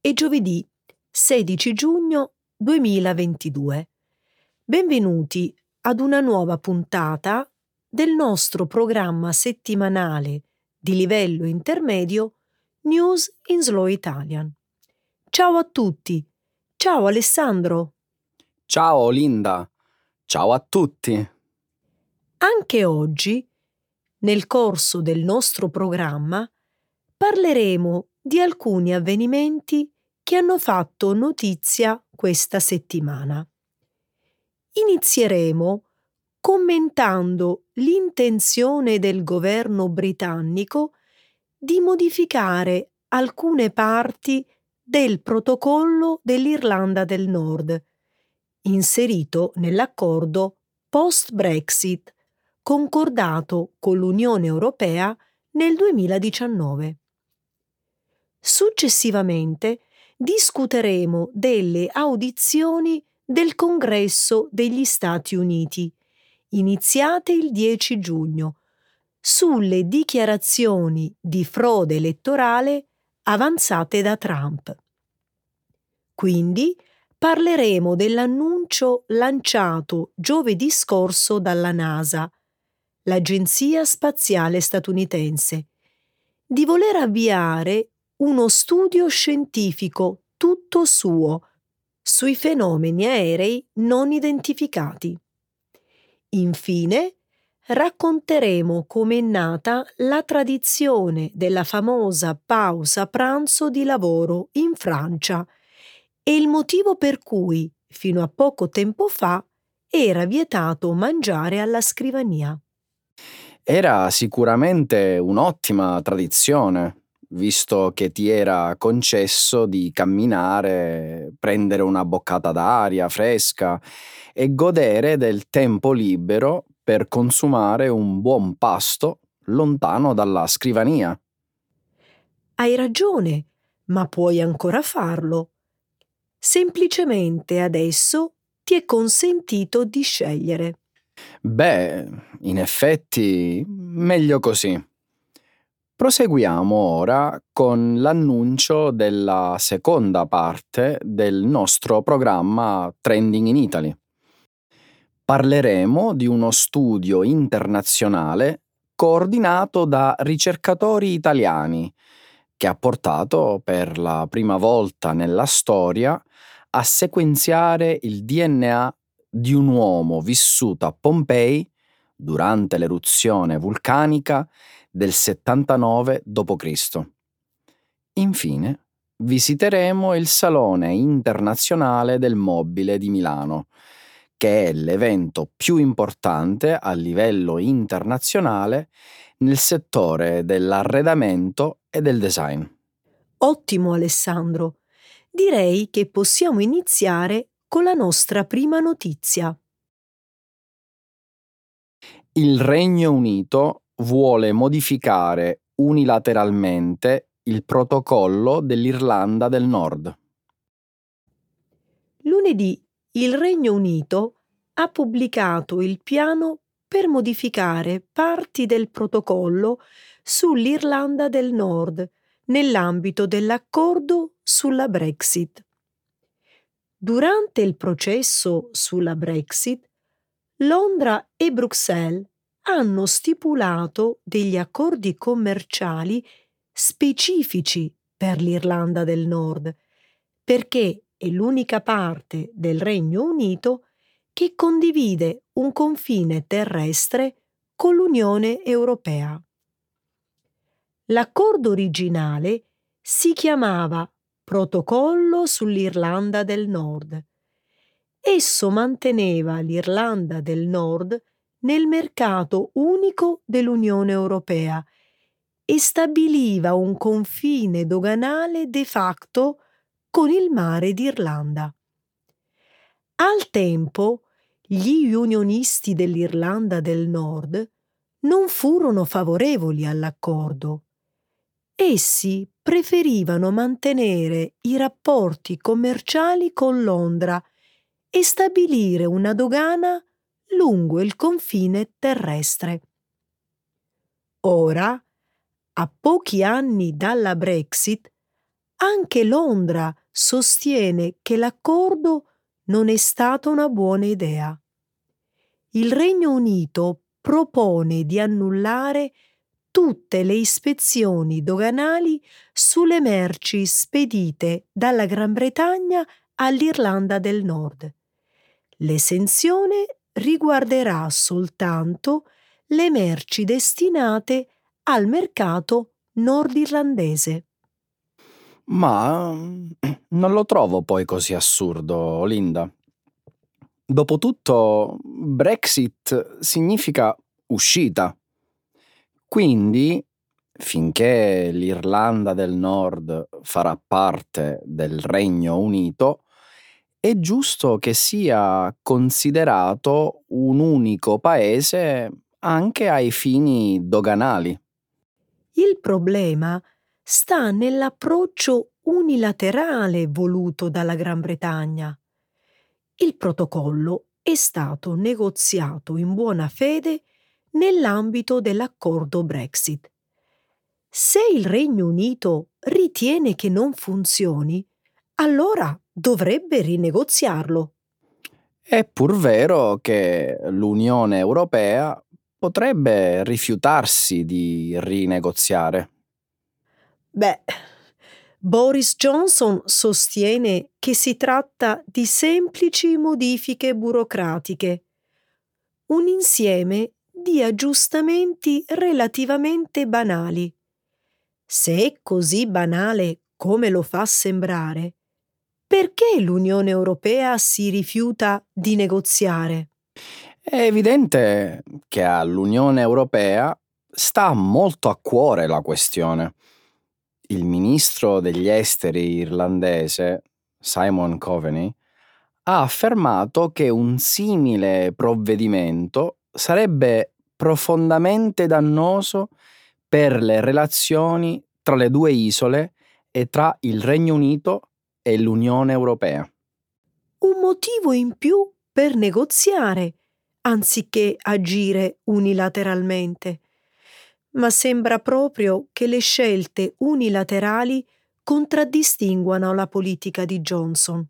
È giovedì 16 giugno 2022. Benvenuti ad una nuova puntata del nostro programma settimanale di livello intermedio News in Slow Italian. Ciao a tutti! Ciao Alessandro! Ciao Linda, ciao a tutti. Anche oggi, nel corso del nostro programma, parleremo di alcuni avvenimenti che hanno fatto notizia questa settimana. Inizieremo commentando l'intenzione del governo britannico di modificare alcune parti del protocollo dell'Irlanda del Nord, inserito nell'accordo post-Brexit concordato con l'Unione Europea nel 2019. Successivamente discuteremo delle audizioni del Congresso degli Stati Uniti, iniziate il 10 giugno, sulle dichiarazioni di frode elettorale avanzate da Trump. Quindi parleremo dell'annuncio lanciato giovedì scorso dalla NASA, l'Agenzia Spaziale Statunitense, di voler avviare uno studio scientifico tutto suo sui fenomeni aerei non identificati. Infine, racconteremo come è nata la tradizione della famosa pausa pranzo di lavoro in Francia e il motivo per cui, fino a poco tempo fa, era vietato mangiare alla scrivania. Era sicuramente un'ottima tradizione, visto che ti era concesso di camminare, prendere una boccata d'aria fresca e godere del tempo libero per consumare un buon pasto lontano dalla scrivania. Hai ragione, ma puoi ancora farlo. Semplicemente adesso ti è consentito di scegliere. Beh, in effetti, meglio così. Proseguiamo ora con l'annuncio della seconda parte del nostro programma Trending in Italy. Parleremo di uno studio internazionale coordinato da ricercatori italiani che ha portato per la prima volta nella storia a sequenziare il DNA di un uomo vissuto a Pompei durante l'eruzione vulcanica del 79 d.C. Infine, visiteremo il Salone Internazionale del Mobile di Milano, che è l'evento più importante a livello internazionale nel settore dell'arredamento e del design. Ottimo Alessandro. Direi che possiamo iniziare con la nostra prima notizia. Il Regno Unito vuole modificare unilateralmente il protocollo dell'Irlanda del Nord. Lunedì il Regno Unito ha pubblicato il piano per modificare parti del protocollo sull'Irlanda del Nord nell'ambito dell'accordo sulla Brexit. Durante il processo sulla Brexit, Londra e Bruxelles hanno stipulato degli accordi commerciali specifici per l'Irlanda del Nord, perché è l'unica parte del Regno Unito che condivide un confine terrestre con l'Unione Europea. L'accordo originale si chiamava Protocollo sull'Irlanda del Nord. Esso manteneva l'Irlanda del Nord nel mercato unico dell'Unione Europea e stabiliva un confine doganale de facto con il Mare d'Irlanda. Al tempo, gli unionisti dell'Irlanda del Nord non furono favorevoli all'accordo. Essi preferivano mantenere i rapporti commerciali con Londra e stabilire una dogana lungo il confine terrestre. Ora, a pochi anni dalla Brexit, Anche Londra sostiene che l'accordo non è stata una buona idea. Il Regno Unito propone di annullare tutte le ispezioni doganali sulle merci spedite dalla Gran Bretagna all'Irlanda del Nord. L'esenzione riguarderà soltanto le merci destinate al mercato nordirlandese. Ma non lo trovo poi così assurdo, Linda. Dopotutto, Brexit significa uscita. Quindi, finché l'Irlanda del Nord farà parte del Regno Unito, è giusto che sia considerato un unico paese anche ai fini doganali. Il problema sta nell'approccio unilaterale voluto dalla Gran Bretagna. Il protocollo è stato negoziato in buona fede nell'ambito dell'accordo Brexit. Se il Regno Unito ritiene che non funzioni, allora dovrebbe rinegoziarlo. È pur vero che l'Unione Europea potrebbe rifiutarsi di rinegoziare. Beh, Boris Johnson sostiene che si tratta di semplici modifiche burocratiche, un insieme di aggiustamenti relativamente banali. Se è così banale come lo fa sembrare, perché l'Unione Europea si rifiuta di negoziare? È evidente che all'Unione Europea sta molto a cuore la questione. Il ministro degli esteri irlandese, Simon Coveney, ha affermato che un simile provvedimento sarebbe profondamente dannoso per le relazioni tra le due isole e tra il Regno Unito e l'Unione Europea. Un motivo in più per negoziare, anziché agire unilateralmente. Ma sembra proprio che le scelte unilaterali contraddistinguano la politica di Johnson.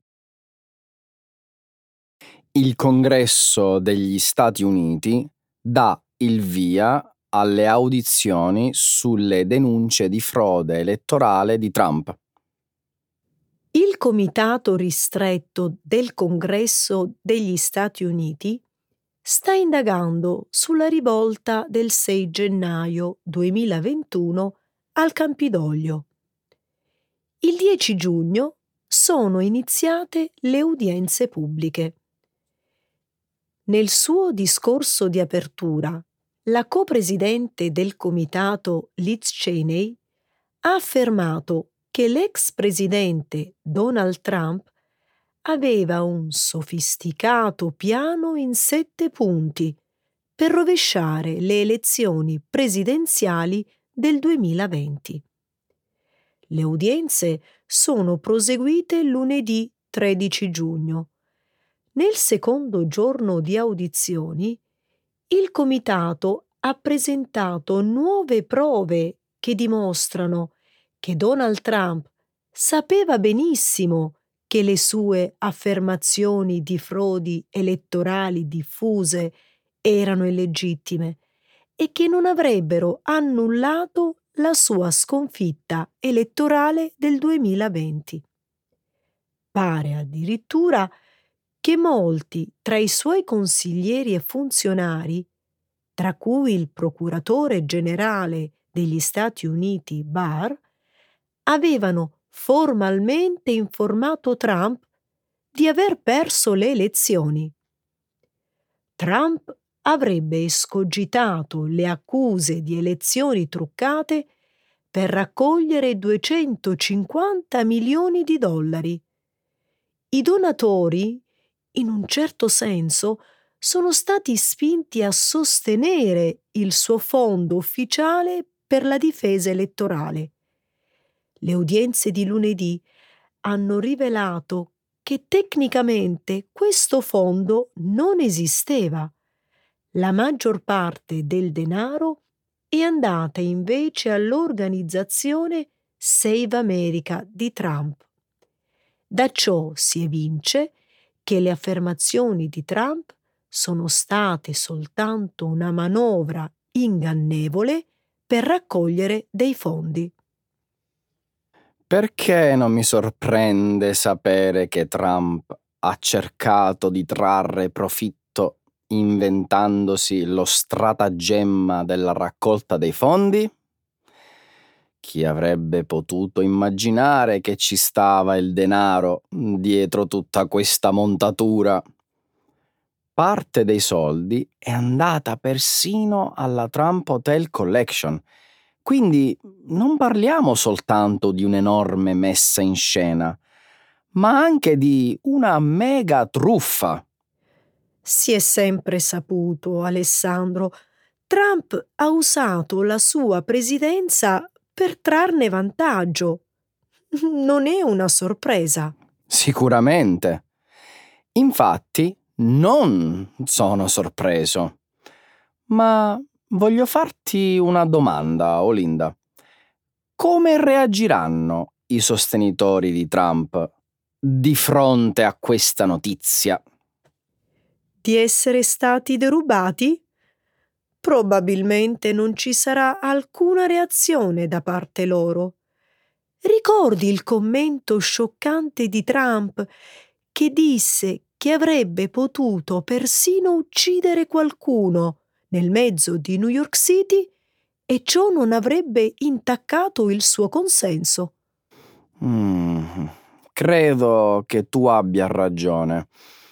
Il Congresso degli Stati Uniti dà il via alle audizioni sulle denunce di frode elettorale di Trump. Il Comitato ristretto del Congresso degli Stati Uniti sta indagando sulla rivolta del 6 gennaio 2021 al Campidoglio. Il 10 giugno sono iniziate le udienze pubbliche. Nel suo discorso di apertura, la copresidente del comitato Liz Cheney ha affermato che l'ex presidente Donald Trump aveva un sofisticato piano in 7 punti per rovesciare le elezioni presidenziali del 2020. Le udienze sono proseguite lunedì 13 giugno. Nel secondo giorno di audizioni, il comitato ha presentato nuove prove che dimostrano che Donald Trump sapeva benissimo che le sue affermazioni di frodi elettorali diffuse erano illegittime e che non avrebbero annullato la sua sconfitta elettorale del 2020. Pare addirittura che molti tra i suoi consiglieri e funzionari, tra cui il procuratore generale degli Stati Uniti Barr, avevano formalmente informato Trump di aver perso le elezioni. Trump avrebbe escogitato le accuse di elezioni truccate per raccogliere 250 milioni di dollari. I donatori, in un certo senso, sono stati spinti a sostenere il suo fondo ufficiale per la difesa elettorale. Le udienze di lunedì hanno rivelato che tecnicamente questo fondo non esisteva. La maggior parte del denaro è andata invece all'organizzazione Save America di Trump. Da ciò si evince che le affermazioni di Trump sono state soltanto una manovra ingannevole per raccogliere dei fondi. Perché non mi sorprende sapere che Trump ha cercato di trarre profitto inventandosi lo stratagemma della raccolta dei fondi? Chi avrebbe potuto immaginare che ci stava il denaro dietro tutta questa montatura? Parte dei soldi è andata persino alla Trump Hotel Collection, quindi non parliamo soltanto di un'enorme messa in scena, ma anche di una mega truffa. Si è sempre saputo, Alessandro, Trump ha usato la sua presidenza per trarne vantaggio. Non è una sorpresa. Sicuramente. Infatti, non sono sorpreso. Ma voglio farti una domanda, Olinda. Come reagiranno i sostenitori di Trump di fronte a questa notizia? Di essere stati derubati? Probabilmente non ci sarà alcuna reazione da parte loro. Ricordi il commento scioccante di Trump che disse che avrebbe potuto persino uccidere qualcuno nel mezzo di New York City e ciò non avrebbe intaccato il suo consenso. Credo che tu abbia ragione.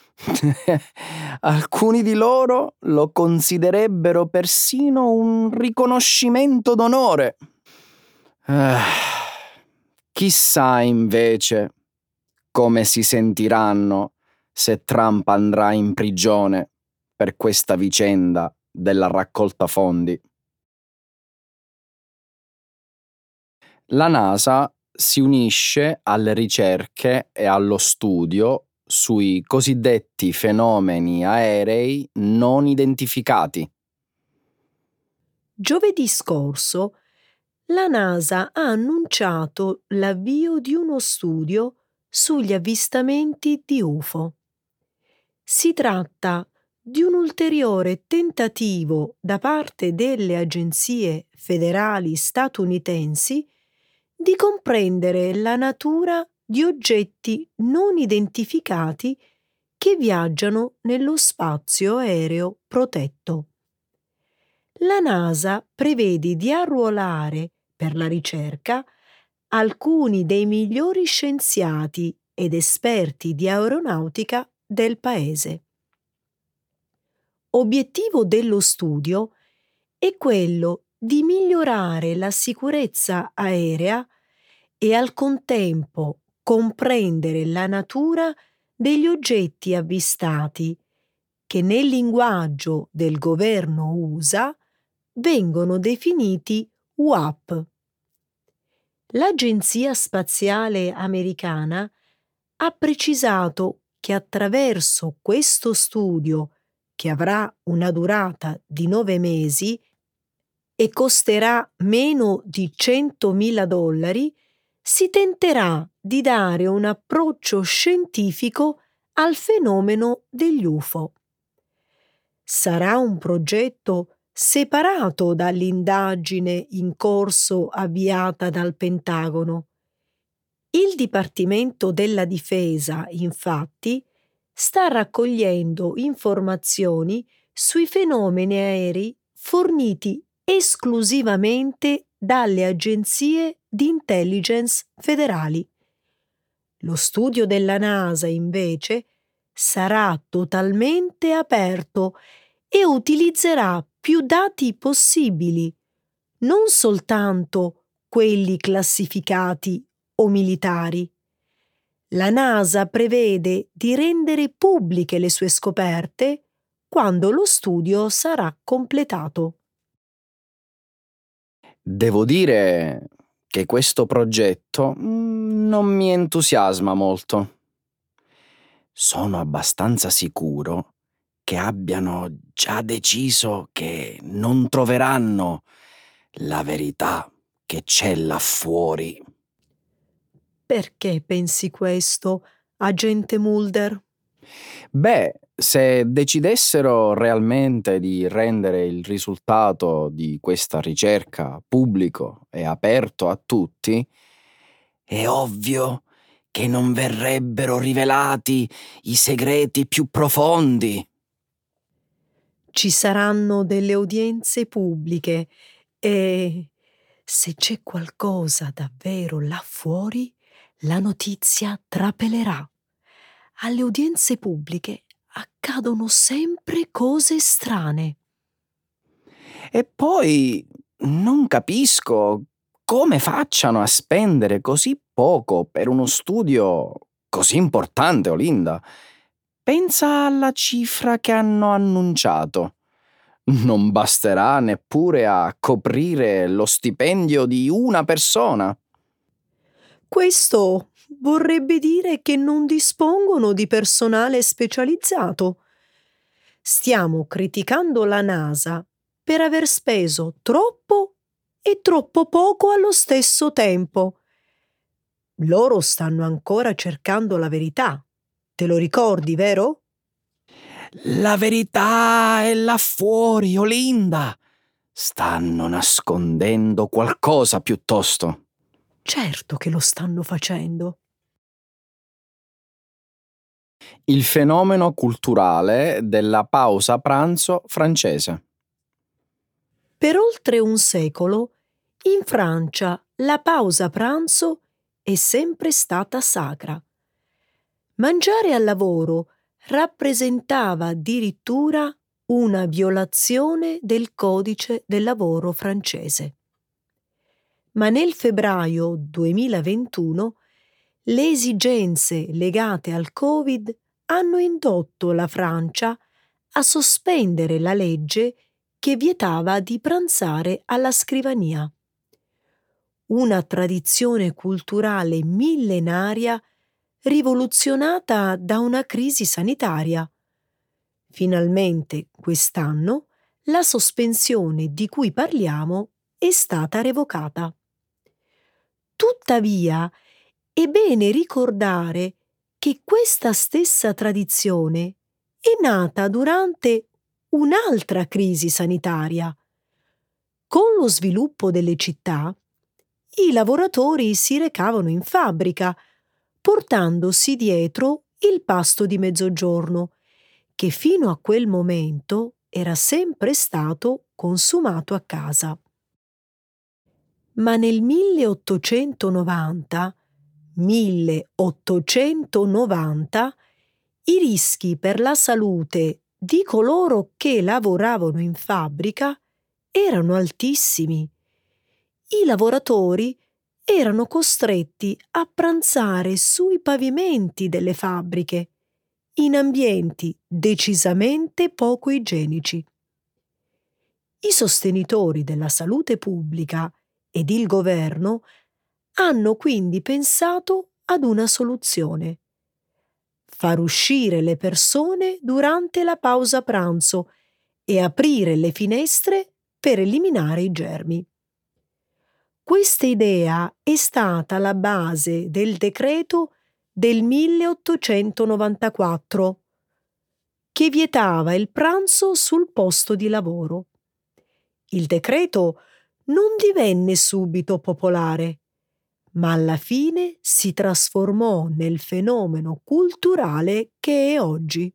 Alcuni di loro lo considererebbero persino un riconoscimento d'onore. Eh, Chissà invece come si sentiranno se Trump andrà in prigione per questa vicenda della raccolta fondi. La NASA si unisce alle ricerche e allo studio sui cosiddetti fenomeni aerei non identificati. Giovedì scorso la NASA ha annunciato l'avvio di uno studio sugli avvistamenti di UFO. Si tratta di un ulteriore tentativo da parte delle agenzie federali statunitensi di comprendere la natura di oggetti non identificati che viaggiano nello spazio aereo protetto. La NASA prevede di arruolare per la ricerca alcuni dei migliori scienziati ed esperti di aeronautica del paese. Obiettivo dello studio è quello di migliorare la sicurezza aerea e al contempo comprendere la natura degli oggetti avvistati che nel linguaggio del governo USA vengono definiti UAP. L'Agenzia Spaziale Americana ha precisato che attraverso questo studio, che avrà una durata di 9 mesi e costerà meno di $100.000, si tenterà di dare un approccio scientifico al fenomeno degli UFO. Sarà un progetto separato dall'indagine in corso avviata dal Pentagono. Il Dipartimento della Difesa, infatti, sta raccogliendo informazioni sui fenomeni aerei forniti esclusivamente dalle agenzie di intelligence federali. Lo studio della NASA, invece, sarà totalmente aperto e utilizzerà più dati possibili, non soltanto quelli classificati o militari. La NASA prevede di rendere pubbliche le sue scoperte quando lo studio sarà completato. Devo dire che questo progetto non mi entusiasma molto. Sono abbastanza sicuro che abbiano già deciso che non troveranno la verità che c'è là fuori. Perché pensi questo, agente Mulder? Beh, se decidessero realmente di rendere il risultato di questa ricerca pubblico e aperto a tutti, è ovvio che non verrebbero rivelati i segreti più profondi. Ci saranno delle udienze pubbliche e se c'è qualcosa davvero là fuori, la notizia trapelerà. Alle udienze pubbliche accadono sempre cose strane. E poi non capisco come facciano a spendere così poco per uno studio così importante, Olinda. Pensa alla cifra che hanno annunciato. Non basterà neppure a coprire lo stipendio di una persona. Questo vorrebbe dire che non dispongono di personale specializzato. Stiamo criticando la NASA per aver speso troppo e troppo poco allo stesso tempo. Loro stanno ancora cercando la verità. Te lo ricordi, vero? La verità è là fuori, Olinda. Stanno nascondendo qualcosa piuttosto. Certo che lo stanno facendo. Il fenomeno culturale della pausa pranzo francese. Per oltre un secolo, in Francia la pausa pranzo è sempre stata sacra. Mangiare al lavoro rappresentava addirittura una violazione del codice del lavoro francese. Ma nel febbraio 2021 le esigenze legate al Covid hanno indotto la Francia a sospendere la legge che vietava di pranzare alla scrivania. Una tradizione culturale millenaria rivoluzionata da una crisi sanitaria. Finalmente, quest'anno, la sospensione di cui parliamo è stata revocata. Tuttavia, è bene ricordare che questa stessa tradizione è nata durante un'altra crisi sanitaria. Con lo sviluppo delle città, i lavoratori si recavano in fabbrica, portandosi dietro il pasto di mezzogiorno, che fino a quel momento era sempre stato consumato a casa. Ma nel 1890, i rischi per la salute di coloro che lavoravano in fabbrica erano altissimi. I lavoratori erano costretti a pranzare sui pavimenti delle fabbriche, in ambienti decisamente poco igienici. I sostenitori della salute pubblica ed il governo hanno quindi pensato ad una soluzione: far uscire le persone durante la pausa pranzo e aprire le finestre per eliminare i germi. Questa idea è stata la base del decreto del 1894, che vietava il pranzo sul posto di lavoro. Il decreto non divenne subito popolare, ma alla fine si trasformò nel fenomeno culturale che è oggi.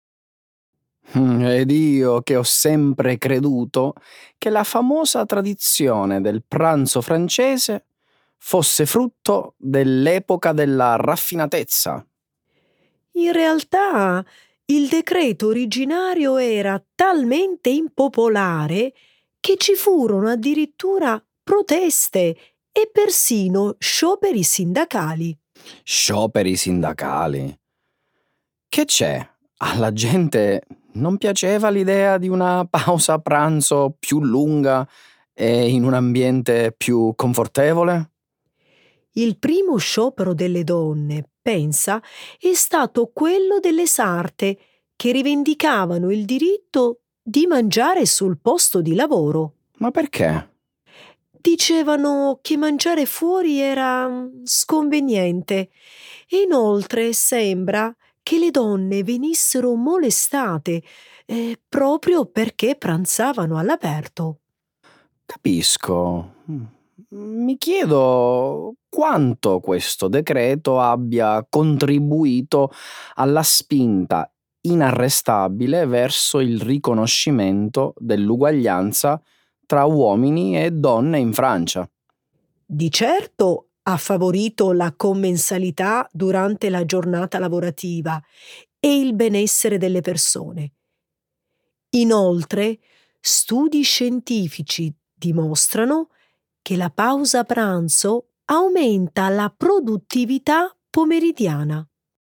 Ed io che ho sempre creduto che la famosa tradizione del pranzo francese fosse frutto dell'epoca della raffinatezza. In realtà, il decreto originario era talmente impopolare che ci furono addirittura proteste e persino scioperi sindacali. Scioperi sindacali. Che c'è? Alla gente non piaceva l'idea di una pausa pranzo più lunga e in un ambiente più confortevole? Il primo sciopero delle donne, pensa, è stato quello delle sarte, che rivendicavano il diritto di mangiare sul posto di lavoro. Ma perché? Dicevano che mangiare fuori era sconveniente e inoltre sembra che le donne venissero molestate proprio perché pranzavano all'aperto. Capisco. Mi chiedo quanto questo decreto abbia contribuito alla spinta inarrestabile verso il riconoscimento dell'uguaglianza tra uomini e donne in Francia. Di certo ha favorito la commensalità durante la giornata lavorativa e il benessere delle persone. Inoltre, studi scientifici dimostrano che la pausa pranzo aumenta la produttività pomeridiana.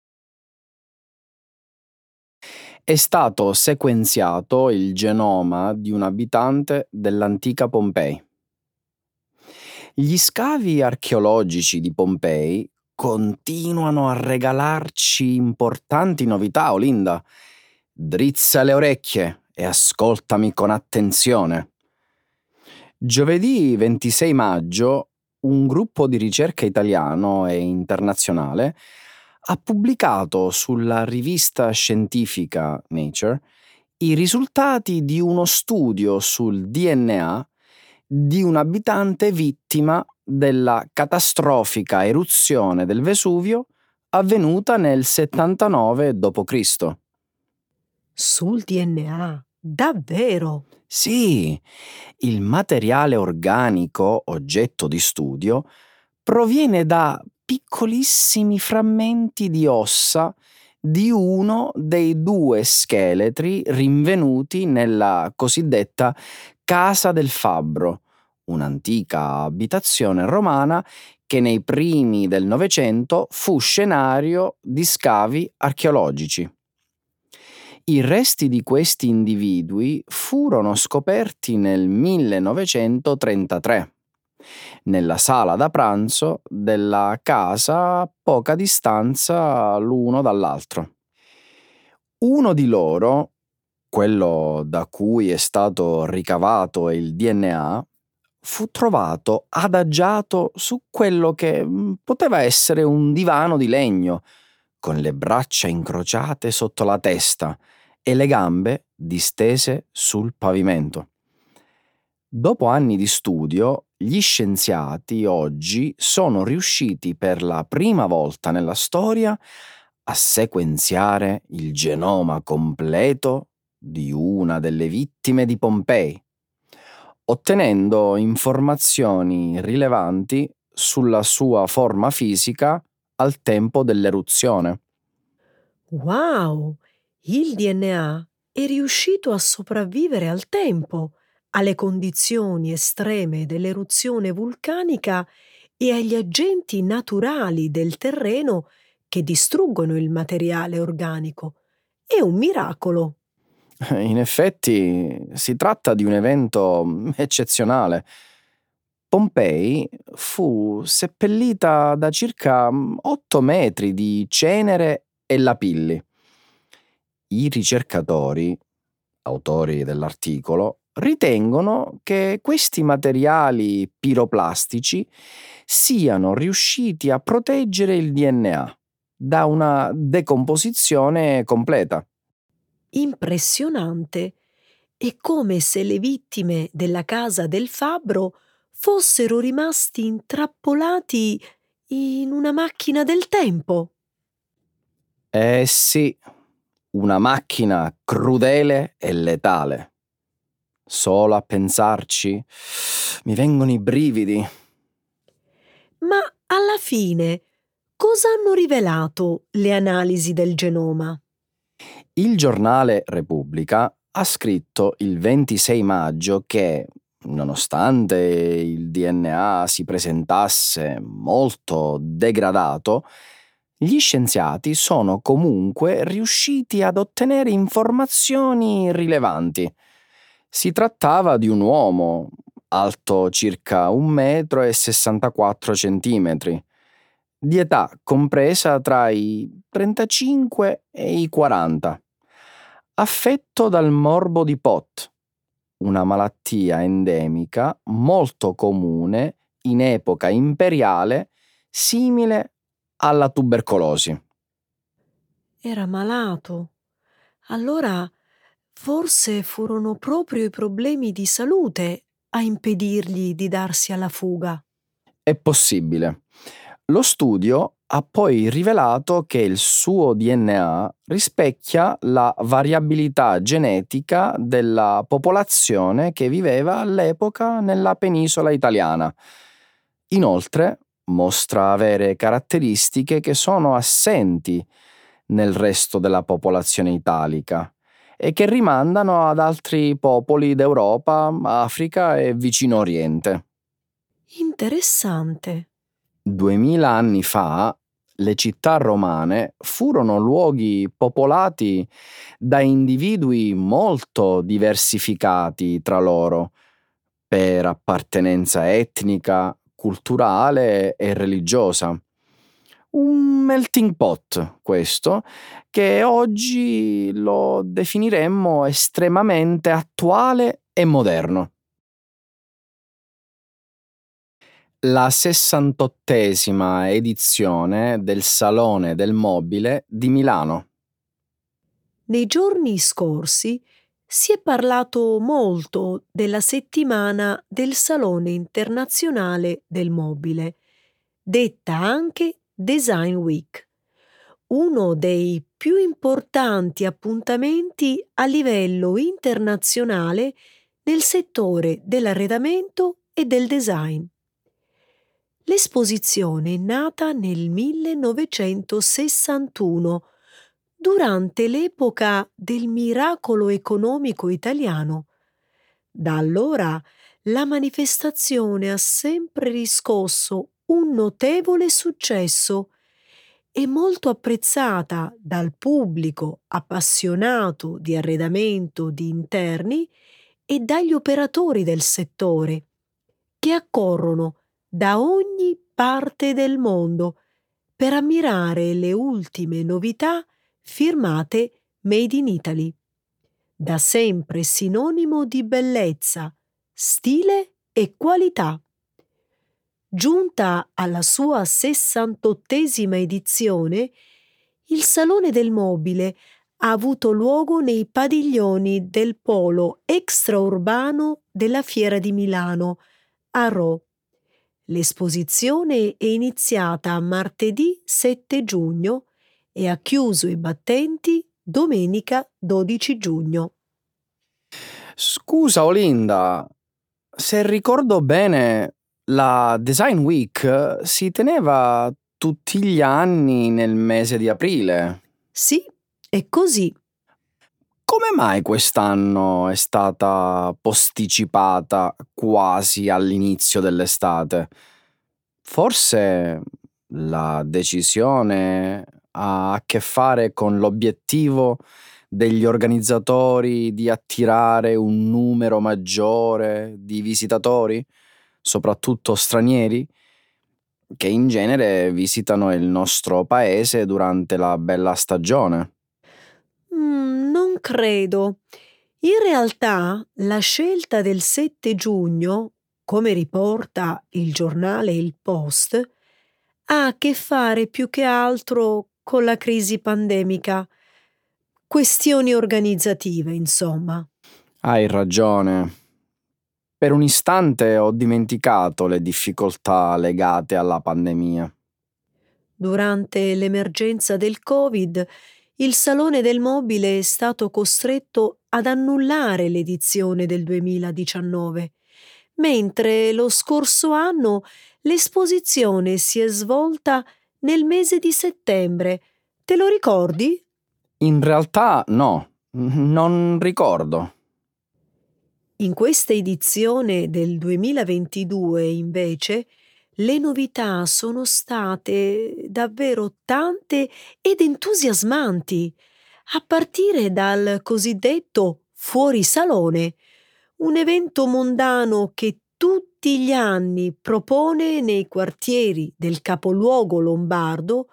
È stato sequenziato il genoma di un abitante dell'antica Pompei. Gli scavi archeologici di Pompei continuano a regalarci importanti novità, Olinda. Drizza le orecchie e ascoltami con attenzione. Giovedì 26 maggio un gruppo di ricerca italiano e internazionale ha pubblicato sulla rivista scientifica Nature i risultati di uno studio sul DNA di un abitante vittima della catastrofica eruzione del Vesuvio avvenuta nel 79 d.C. Sul DNA, davvero? Sì, il materiale organico oggetto di studio proviene da piccolissimi frammenti di ossa di uno dei due scheletri rinvenuti nella cosiddetta Casa del Fabbro, un'antica abitazione romana che nei primi del Novecento fu scenario di scavi archeologici. I resti di questi individui furono scoperti nel 1933, nella sala da pranzo della casa a poca distanza l'uno dall'altro. Uno di loro, quello da cui è stato ricavato il DNA, fu trovato adagiato su quello che poteva essere un divano di legno, con le braccia incrociate sotto la testa e le gambe distese sul pavimento. Dopo anni di studio, gli scienziati oggi sono riusciti per la prima volta nella storia a sequenziare il genoma completo di una delle vittime di Pompei, ottenendo informazioni rilevanti sulla sua forma fisica al tempo dell'eruzione. Wow! Il DNA è riuscito a sopravvivere al tempo, alle condizioni estreme dell'eruzione vulcanica e agli agenti naturali del terreno che distruggono il materiale organico. È un miracolo. In effetti si tratta di un evento eccezionale. Pompei fu seppellita da circa 8 metri di cenere e lapilli. I ricercatori, autori dell'articolo, ritengono che questi materiali piroplastici siano riusciti a proteggere il DNA da una decomposizione completa. Impressionante. È come se le vittime della casa del fabbro fossero rimasti intrappolati in una macchina del tempo. Eh sì, una macchina crudele e letale. Solo a pensarci mi vengono i brividi. Ma alla fine, cosa hanno rivelato le analisi del genoma? Il giornale Repubblica ha scritto il 26 maggio che, nonostante il DNA si presentasse molto degradato, gli scienziati sono comunque riusciti ad ottenere informazioni rilevanti. Si trattava di un uomo, alto circa 1,64 m, di età compresa tra i 35 e i 40, affetto dal morbo di Pott, una malattia endemica molto comune in epoca imperiale, simile alla tubercolosi. Era malato. Allora forse furono proprio i problemi di salute a impedirgli di darsi alla fuga. È possibile. Lo studio ha poi rivelato che il suo DNA rispecchia la variabilità genetica della popolazione che viveva all'epoca nella penisola italiana. Inoltre, mostra avere caratteristiche che sono assenti nel resto della popolazione italica e che rimandano ad altri popoli d'Europa, Africa e Vicino Oriente. Interessante. 2000 anni fa le città romane furono luoghi popolati da individui molto diversificati tra loro per appartenenza etnica, culturale e religiosa. Un melting pot, questo, che oggi lo definiremmo estremamente attuale e moderno. La 68esima edizione del Salone del Mobile di Milano. Nei giorni scorsi si è parlato molto della settimana del Salone internazionale del mobile, detta anche Design Week, uno dei più importanti appuntamenti a livello internazionale nel settore dell'arredamento e del design. L'esposizione è nata nel 1961, durante l'epoca del miracolo economico italiano. Da allora la manifestazione ha sempre riscosso un notevole successo e molto apprezzata dal pubblico appassionato di arredamento di interni e dagli operatori del settore, che accorrono da ogni parte del mondo per ammirare le ultime novità firmate Made in Italy, da sempre sinonimo di bellezza, stile e qualità. Giunta alla sua 68esima edizione, il Salone del Mobile ha avuto luogo nei padiglioni del polo extraurbano della Fiera di Milano, a Rho. L'esposizione è iniziata martedì 7 giugno e ha chiuso i battenti domenica 12 giugno. Scusa Olinda, se ricordo bene, la Design Week si teneva tutti gli anni nel mese di aprile. Sì, è così. Come mai quest'anno è stata posticipata quasi all'inizio dell'estate? Forse la decisione ha a che fare con l'obiettivo degli organizzatori di attirare un numero maggiore di visitatori, soprattutto stranieri, che in genere visitano il nostro paese durante la bella stagione. Non credo. In realtà la scelta del 7 giugno, come riporta il giornale Il Post, ha a che fare più che altro con la crisi pandemica. Questioni organizzative, insomma. Hai ragione. Per un istante ho dimenticato le difficoltà legate alla pandemia. Durante l'emergenza del Covid, il Salone del Mobile è stato costretto ad annullare l'edizione del 2019, mentre lo scorso anno l'esposizione si è svolta nel mese di settembre. Te lo ricordi? In realtà no, non ricordo. In questa edizione del 2022, invece, le novità sono state davvero tante ed entusiasmanti, a partire dal cosiddetto fuorisalone, un evento mondano che tutti gli anni propone nei quartieri del capoluogo lombardo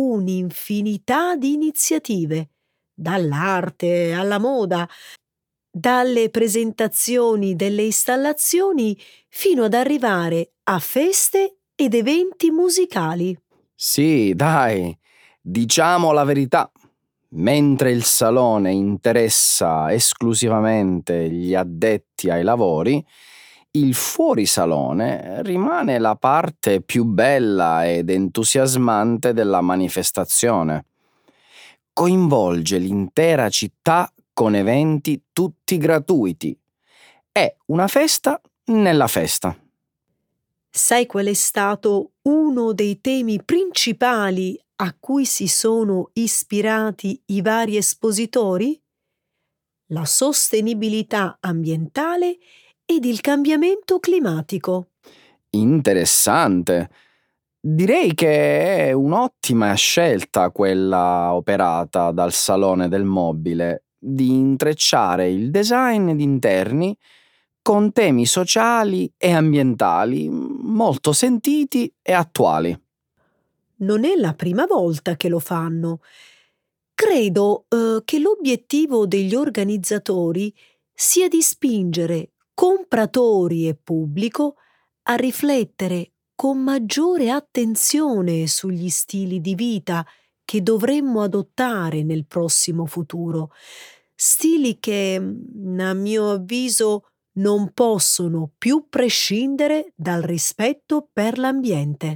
un'infinità di iniziative, dall'arte alla moda, dalle presentazioni delle installazioni fino ad arrivare a feste ed eventi musicali. Sì, dai, diciamo la verità. Mentre il salone interessa esclusivamente gli addetti ai lavori, il fuorisalone rimane la parte più bella ed entusiasmante della manifestazione. Coinvolge l'intera città con eventi tutti gratuiti. È una festa nella festa. Sai qual è stato uno dei temi principali a cui si sono ispirati i vari espositori? La sostenibilità ambientale ed il cambiamento climatico. Interessante. Direi che è un'ottima scelta quella operata dal Salone del Mobile di intrecciare il design d'interni con temi sociali e ambientali molto sentiti e attuali. Non è la prima volta che lo fanno. Credo che l'obiettivo degli organizzatori sia di spingere compratori e pubblico a riflettere con maggiore attenzione sugli stili di vita che dovremmo adottare nel prossimo futuro. Stili che, a mio avviso, non possono più prescindere dal rispetto per l'ambiente.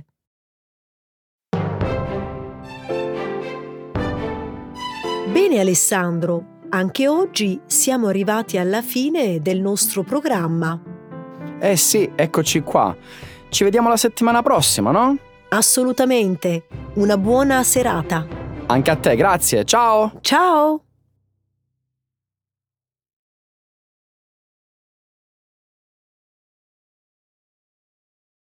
Bene Alessandro, anche oggi siamo arrivati alla fine del nostro programma. Eh sì, eccoci qua. Ci vediamo la settimana prossima, no? Assolutamente. Una buona serata. Anche a te, grazie. Ciao! Ciao!